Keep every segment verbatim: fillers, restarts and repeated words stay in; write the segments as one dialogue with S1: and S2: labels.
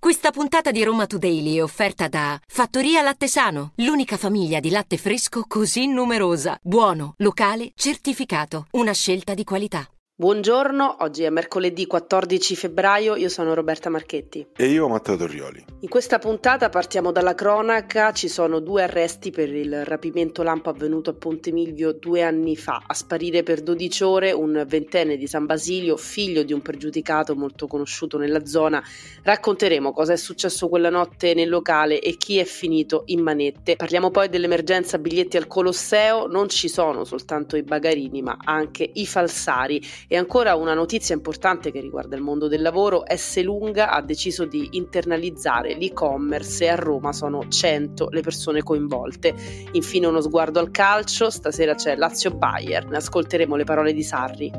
S1: Questa puntata di Roma Today è offerta da Fattoria Latte Sano, l'unica famiglia di latte fresco così numerosa. Buono, locale, certificato. Una scelta di qualità.
S2: Buongiorno, oggi è mercoledì quattordici febbraio, io sono Roberta Marchetti.
S3: E io Matteo Torrioli.
S2: In questa puntata partiamo dalla cronaca, ci sono due arresti per il rapimento lampo avvenuto a Ponte Milvio due anni fa. A sparire per dodici ore un ventenne di San Basilio, figlio di un pregiudicato molto conosciuto nella zona. Racconteremo cosa è successo quella notte nel locale e chi è finito in manette. Parliamo poi dell'emergenza biglietti al Colosseo, non ci sono soltanto i bagarini ma anche i falsari. E ancora una notizia importante che riguarda il mondo del lavoro: Esselunga ha deciso di internalizzare l'e-commerce e a Roma sono cento le persone coinvolte. Infine uno sguardo al calcio, stasera c'è Lazio-Bayern, ascolteremo le parole di Sarri.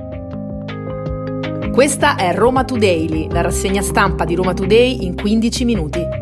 S4: Questa è Roma Today, la rassegna stampa di Roma Today in quindici minuti.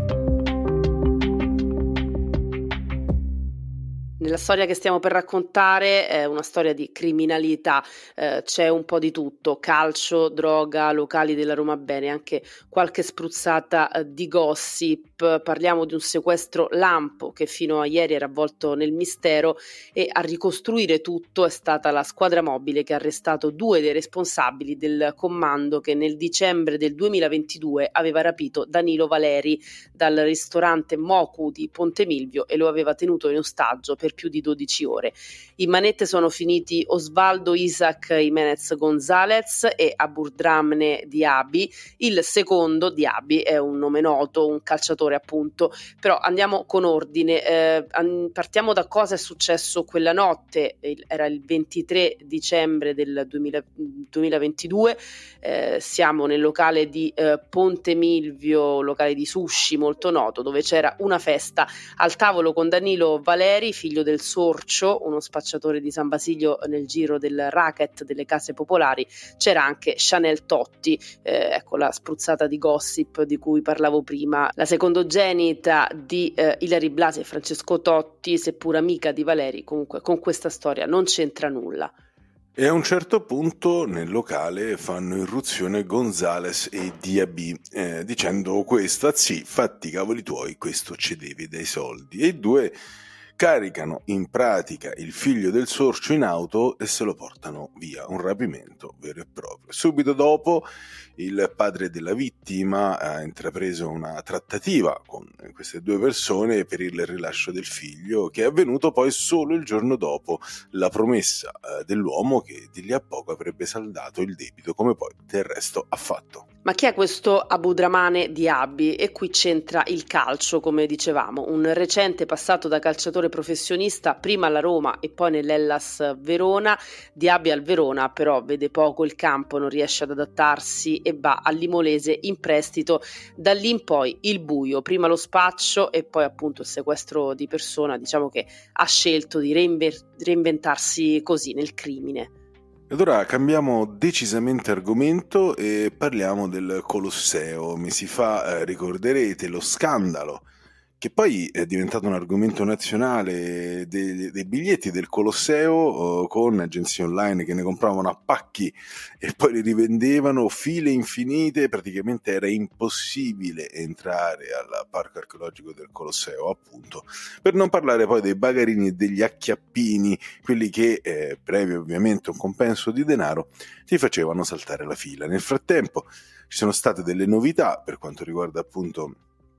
S2: Nella storia che stiamo per raccontare è una storia di criminalità, eh, c'è un po' di tutto: calcio, droga, locali della Roma Bene, anche qualche spruzzata eh, di gossip. Parliamo di un sequestro lampo che fino a ieri era avvolto nel mistero e a ricostruire tutto è stata la squadra mobile che ha arrestato due dei responsabili del commando che nel dicembre del duemilaventidue aveva rapito Danilo Valeri dal ristorante Mocu di Ponte Milvio e lo aveva tenuto in ostaggio per più di dodici ore. In manette sono finiti Osvaldo Isaac Jimenez Gonzalez e Abudramne Diaby. Il secondo, Diaby, è un nome noto, un calciatore appunto. Però andiamo con ordine, eh, partiamo da cosa è successo quella notte. Il, era il ventitré dicembre del duemila, duemilaventidue, eh, siamo nel locale di eh, Ponte Milvio, locale di sushi molto noto, dove c'era una festa. Al tavolo con Danilo Valeri, figlio del Sorcio, uno spacciatore di San Basilio nel giro del racket delle case popolari. C'era anche Chanel Totti, eh, ecco la spruzzata di gossip di cui parlavo prima, la secondogenita di eh, Ilary Blasi e Francesco Totti, seppur amica di Valeri. Comunque con questa storia non c'entra nulla.
S3: E a un certo punto nel locale fanno irruzione Gonzales e Diaby, eh, dicendo: questa sì, fatti i cavoli tuoi, questo ci devi dei soldi. E i due caricano in pratica il figlio del Sorcio in auto e se lo portano via, un rapimento vero e proprio. Subito dopo il padre della vittima ha intrapreso una trattativa con queste due persone per il rilascio del figlio, che è avvenuto poi solo il giorno dopo la promessa eh, dell'uomo che di lì a poco avrebbe saldato il debito, come poi del resto ha fatto.
S2: Ma chi è questo Abudramne Diaby? E qui c'entra il calcio, come dicevamo, un recente passato da calciatore professionista prima alla Roma e poi nell'Hellas Verona. Diaby al Verona però vede poco il campo, non riesce ad adattarsi e va all'Imolese in prestito. Da lì in poi il buio, prima lo spaccio e poi appunto il sequestro di persona. Diciamo che ha scelto di reinver- reinventarsi così nel crimine.
S3: Ed ora cambiamo decisamente argomento e parliamo del Colosseo. Mesi fa eh, ricorderete lo scandalo che poi è diventato un argomento nazionale dei, dei biglietti del Colosseo, eh, con agenzie online che ne compravano a pacchi e poi li rivendevano, file infinite. Praticamente era impossibile entrare al parco archeologico del Colosseo, appunto, per non parlare poi dei bagarini e degli acchiappini, quelli che eh, previo ovviamente un compenso di denaro ti facevano saltare la fila. Nel frattempo ci sono state delle novità per quanto riguarda appunto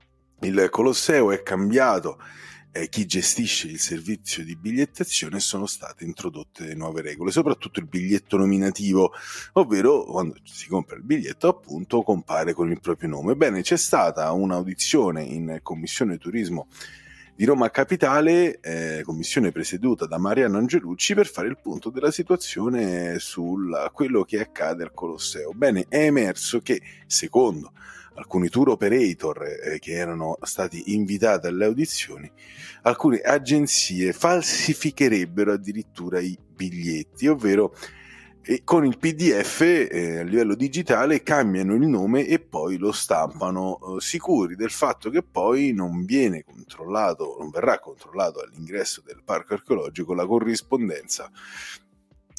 S3: il Colosseo. È cambiato eh, chi gestisce il servizio di bigliettazione e sono state introdotte nuove regole, soprattutto il biglietto nominativo, ovvero quando si compra il biglietto appunto compare con il proprio nome. Bene, c'è stata un'audizione in Commissione Turismo di Roma Capitale, eh, commissione presieduta da Mariano Angelucci, per fare il punto della situazione su quello che accade al Colosseo. Bene, è emerso che secondo alcuni tour operator eh, che erano stati invitati alle audizioni, alcune agenzie falsificherebbero addirittura i biglietti, ovvero eh, con il P D F eh, a livello digitale cambiano il nome e poi lo stampano, eh, sicuri del fatto che poi non viene controllato, non verrà controllato all'ingresso del parco archeologico la corrispondenza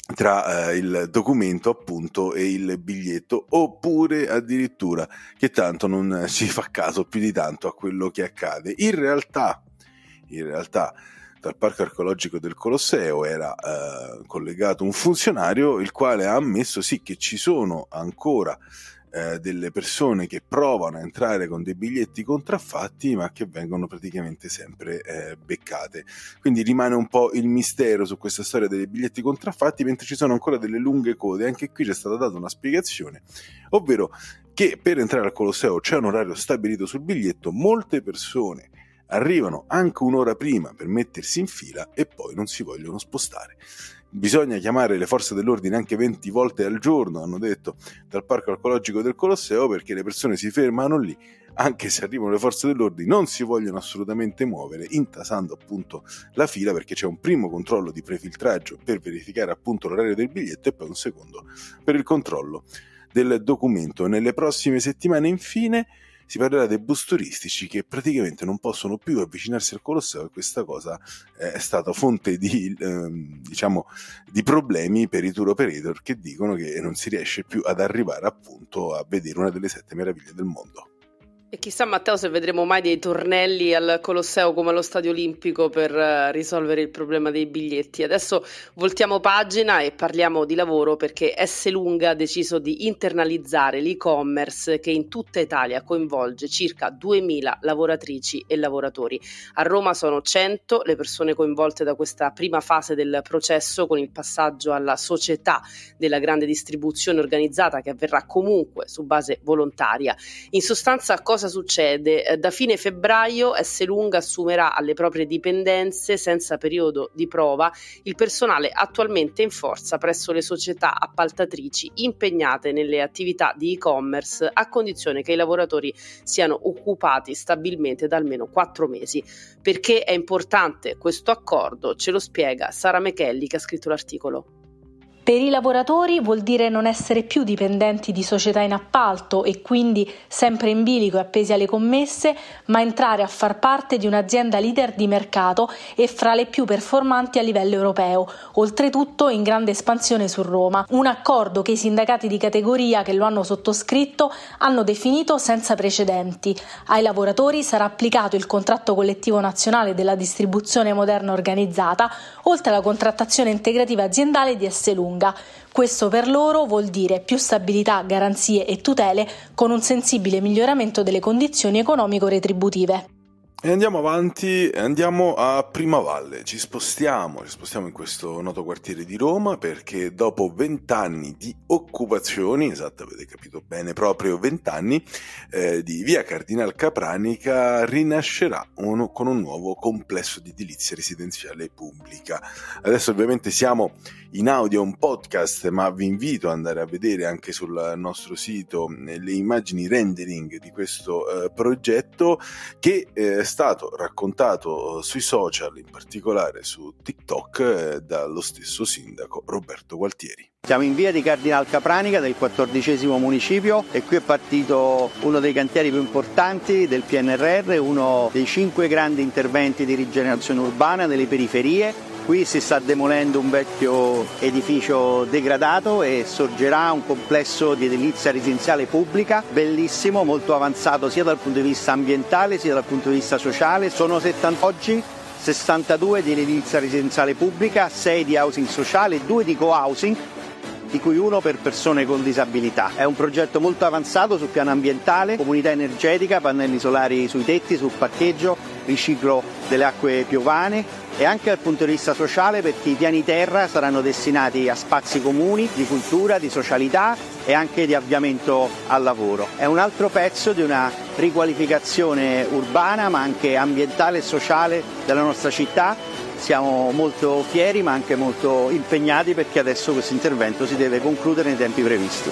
S3: tra eh, il documento appunto e il biglietto, oppure addirittura che tanto non si fa caso più di tanto a quello che accade. In realtà, in realtà dal Parco Archeologico del Colosseo era eh, collegato un funzionario il quale ha ammesso sì che ci sono ancora eh, delle persone che provano a entrare con dei biglietti contraffatti ma che vengono praticamente sempre eh, beccate. Quindi rimane un po' il mistero su questa storia dei biglietti contraffatti, mentre ci sono ancora delle lunghe code. Anche qui c'è stata data una spiegazione, ovvero che per entrare al Colosseo c'è un orario stabilito sul biglietto, molte persone arrivano anche un'ora prima per mettersi in fila e poi non si vogliono spostare. Bisogna chiamare le forze dell'ordine anche venti volte al giorno, hanno detto dal Parco Archeologico del Colosseo, perché le persone si fermano lì, anche se arrivano le forze dell'ordine non si vogliono assolutamente muovere, intasando appunto la fila, perché c'è un primo controllo di prefiltraggio per verificare appunto l'orario del biglietto e poi un secondo per il controllo del documento. Nelle prossime settimane infine si parlerà dei bus turistici che praticamente non possono più avvicinarsi al Colosseo, e questa cosa è stata fonte di, ehm, diciamo, di problemi per i tour operator, che dicono che non si riesce più ad arrivare appunto a vedere una delle sette meraviglie del mondo.
S2: E chissà, Matteo, se vedremo mai dei tornelli al Colosseo come allo Stadio Olimpico per uh, risolvere il problema dei biglietti. Adesso voltiamo pagina e parliamo di lavoro, perché Esselunga ha deciso di internalizzare l'e-commerce che in tutta Italia coinvolge circa duemila lavoratrici e lavoratori. A Roma sono cento le persone coinvolte da questa prima fase del processo, con il passaggio alla società della grande distribuzione organizzata, che avverrà comunque su base volontaria. In sostanza, cosa succede? Da fine febbraio Esselunga assumerà alle proprie dipendenze, senza periodo di prova, il personale attualmente in forza presso le società appaltatrici impegnate nelle attività di e-commerce, a condizione che i lavoratori siano occupati stabilmente da almeno quattro mesi. Perché è importante questo accordo? Ce lo spiega Sara Mechelli, che ha scritto l'articolo.
S5: Per i lavoratori vuol dire non essere più dipendenti di società in appalto e quindi sempre in bilico e appesi alle commesse, ma entrare a far parte di un'azienda leader di mercato e fra le più performanti a livello europeo, oltretutto in grande espansione su Roma. Un accordo che i sindacati di categoria che lo hanno sottoscritto hanno definito senza precedenti. Ai lavoratori sarà applicato il contratto collettivo nazionale della distribuzione moderna organizzata, oltre alla contrattazione integrativa aziendale di Esselunga. Questo per loro vuol dire più stabilità, garanzie e tutele, con un sensibile miglioramento delle condizioni economico-retributive.
S3: E andiamo avanti, andiamo a Primavalle, ci spostiamo, ci spostiamo in questo noto quartiere di Roma, perché dopo vent'anni di occupazioni, esatto, avete capito bene, proprio vent'anni, eh, di via Cardinal Capranica rinascerà uno, con un nuovo complesso di edilizia residenziale pubblica. Adesso ovviamente siamo in audio, un podcast, ma vi invito ad andare a vedere anche sul nostro sito le immagini rendering di questo eh, progetto, che eh, stato raccontato sui social, in particolare su TikTok, eh, dallo stesso sindaco Roberto Gualtieri.
S6: Siamo in via di Cardinal Capranica del quattordicesimo municipio e qui è partito uno dei cantieri più importanti del P N R R, uno dei cinque grandi interventi di rigenerazione urbana delle periferie. Qui si sta demolendo un vecchio edificio degradato e sorgerà un complesso di edilizia residenziale pubblica bellissimo, molto avanzato sia dal punto di vista ambientale sia dal punto di vista sociale. Sono settanta oggi sessantadue di edilizia residenziale pubblica, sei di housing sociale e due di co-housing, di cui uno per persone con disabilità. È un progetto molto avanzato sul piano ambientale, comunità energetica, pannelli solari sui tetti, sul parcheggio, riciclo delle acque piovane, e anche dal punto di vista sociale, perché i piani terra saranno destinati a spazi comuni di cultura, di socialità e anche di avviamento al lavoro. È un altro pezzo di una riqualificazione urbana ma anche ambientale e sociale della nostra città. Siamo molto fieri ma anche molto impegnati, perché adesso questo intervento si deve concludere nei tempi previsti.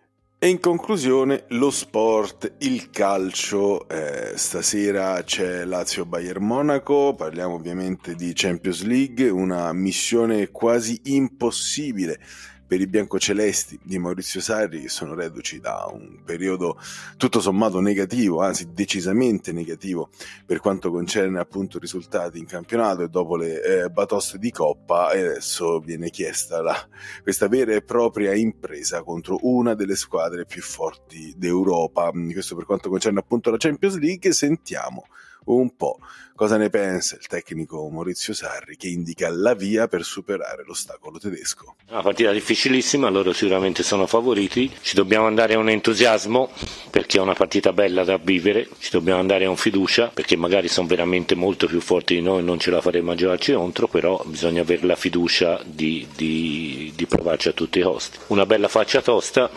S3: E in conclusione lo sport, il calcio, eh, stasera c'è Lazio-Bayern Monaco, parliamo ovviamente di Champions League, una missione quasi impossibile per i biancocelesti di Maurizio Sarri, che sono reduci da un periodo tutto sommato negativo, anzi decisamente negativo per quanto concerne appunto i risultati in campionato e dopo le eh, batoste di Coppa, e adesso viene chiesta la, questa vera e propria impresa contro una delle squadre più forti d'Europa. Questo per quanto concerne appunto la Champions League. Sentiamo un po' cosa ne pensa il tecnico Maurizio Sarri, che indica la via per superare l'ostacolo tedesco.
S7: Una partita difficilissima, loro sicuramente sono favoriti, ci dobbiamo andare a un entusiasmo perché è una partita bella da vivere, ci dobbiamo andare a un fiducia perché magari sono veramente molto più forti di noi, non ce la faremo a giocarci contro, però bisogna avere la fiducia di, di, di provarci a tutti i costi. Una bella faccia tosta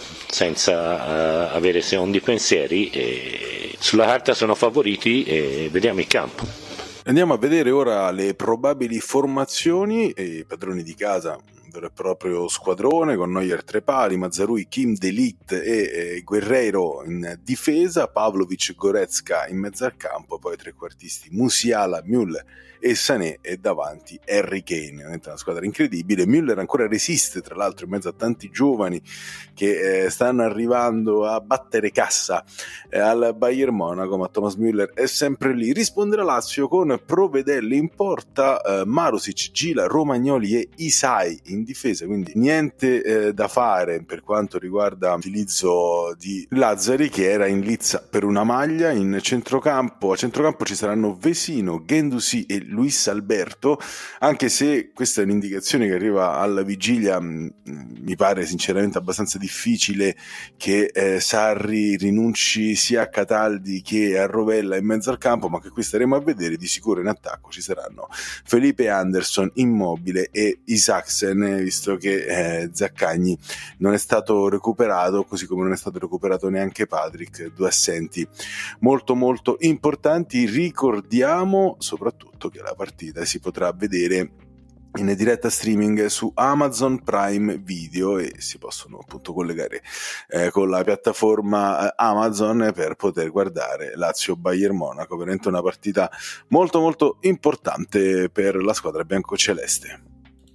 S7: senza uh, avere secondi pensieri, e sulla carta sono favoriti e vediamo il campo.
S3: Andiamo a vedere ora le probabili formazioni e i padroni di casa, un vero e proprio squadrone con Neuer tre pali, Mazraoui, Kim, De Ligt e eh, Guerreiro in difesa, Pavlovic, Goretzka in mezzo al campo, poi trequartisti Musiala, Müller e Sané, e davanti Harry Kane. È una squadra incredibile. Müller ancora resiste, tra l'altro, in mezzo a tanti giovani che eh, stanno arrivando a battere cassa eh, al Bayern Monaco, ma Thomas Müller è sempre lì. Risponde la Lazio con Provedelli in porta, eh, Marusic, Gila, Romagnoli e Isai in difesa, quindi niente eh, da fare per quanto riguarda l'utilizzo di Lazzari, che era in lizza per una maglia. In centrocampo, a centrocampo ci saranno Vesino, Guendouzi e Luis Alberto, anche se questa è un'indicazione che arriva alla vigilia. Mh, mi pare sinceramente abbastanza difficile che eh, Sarri rinunci sia a Cataldi che a Rovella in mezzo al campo, ma che qui staremo a vedere. Di sicuro in attacco ci saranno Felipe Anderson, Immobile e Isaksen, visto che eh, Zaccagni non è stato recuperato, così come non è stato recuperato neanche Patrick, due assenti molto molto importanti. Ricordiamo soprattutto che la partita si potrà vedere in diretta streaming su Amazon Prime Video e si possono appunto collegare eh, con la piattaforma eh, Amazon per poter guardare Lazio Bayern Monaco. Veramente una partita molto molto importante per la squadra biancoceleste.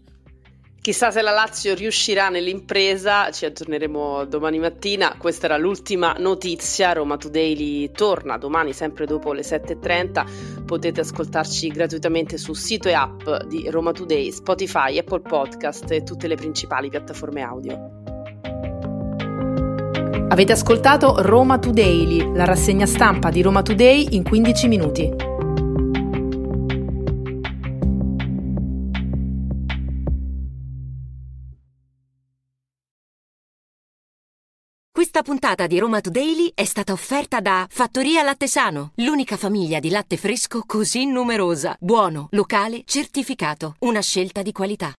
S2: Chissà se la Lazio riuscirà nell'impresa, ci aggiorneremo domani mattina. Questa era l'ultima notizia. Roma Today torna domani sempre dopo le sette e trenta. Potete ascoltarci gratuitamente sul sito e app di Roma Today, Spotify, Apple Podcast e tutte le principali piattaforme audio.
S4: Avete ascoltato Roma Today, la rassegna stampa di Roma Today in quindici minuti.
S1: Questa puntata di Roma Today è stata offerta da Fattoria Latte Sano, l'unica famiglia di latte fresco così numerosa, buono, locale, certificato, una scelta di qualità.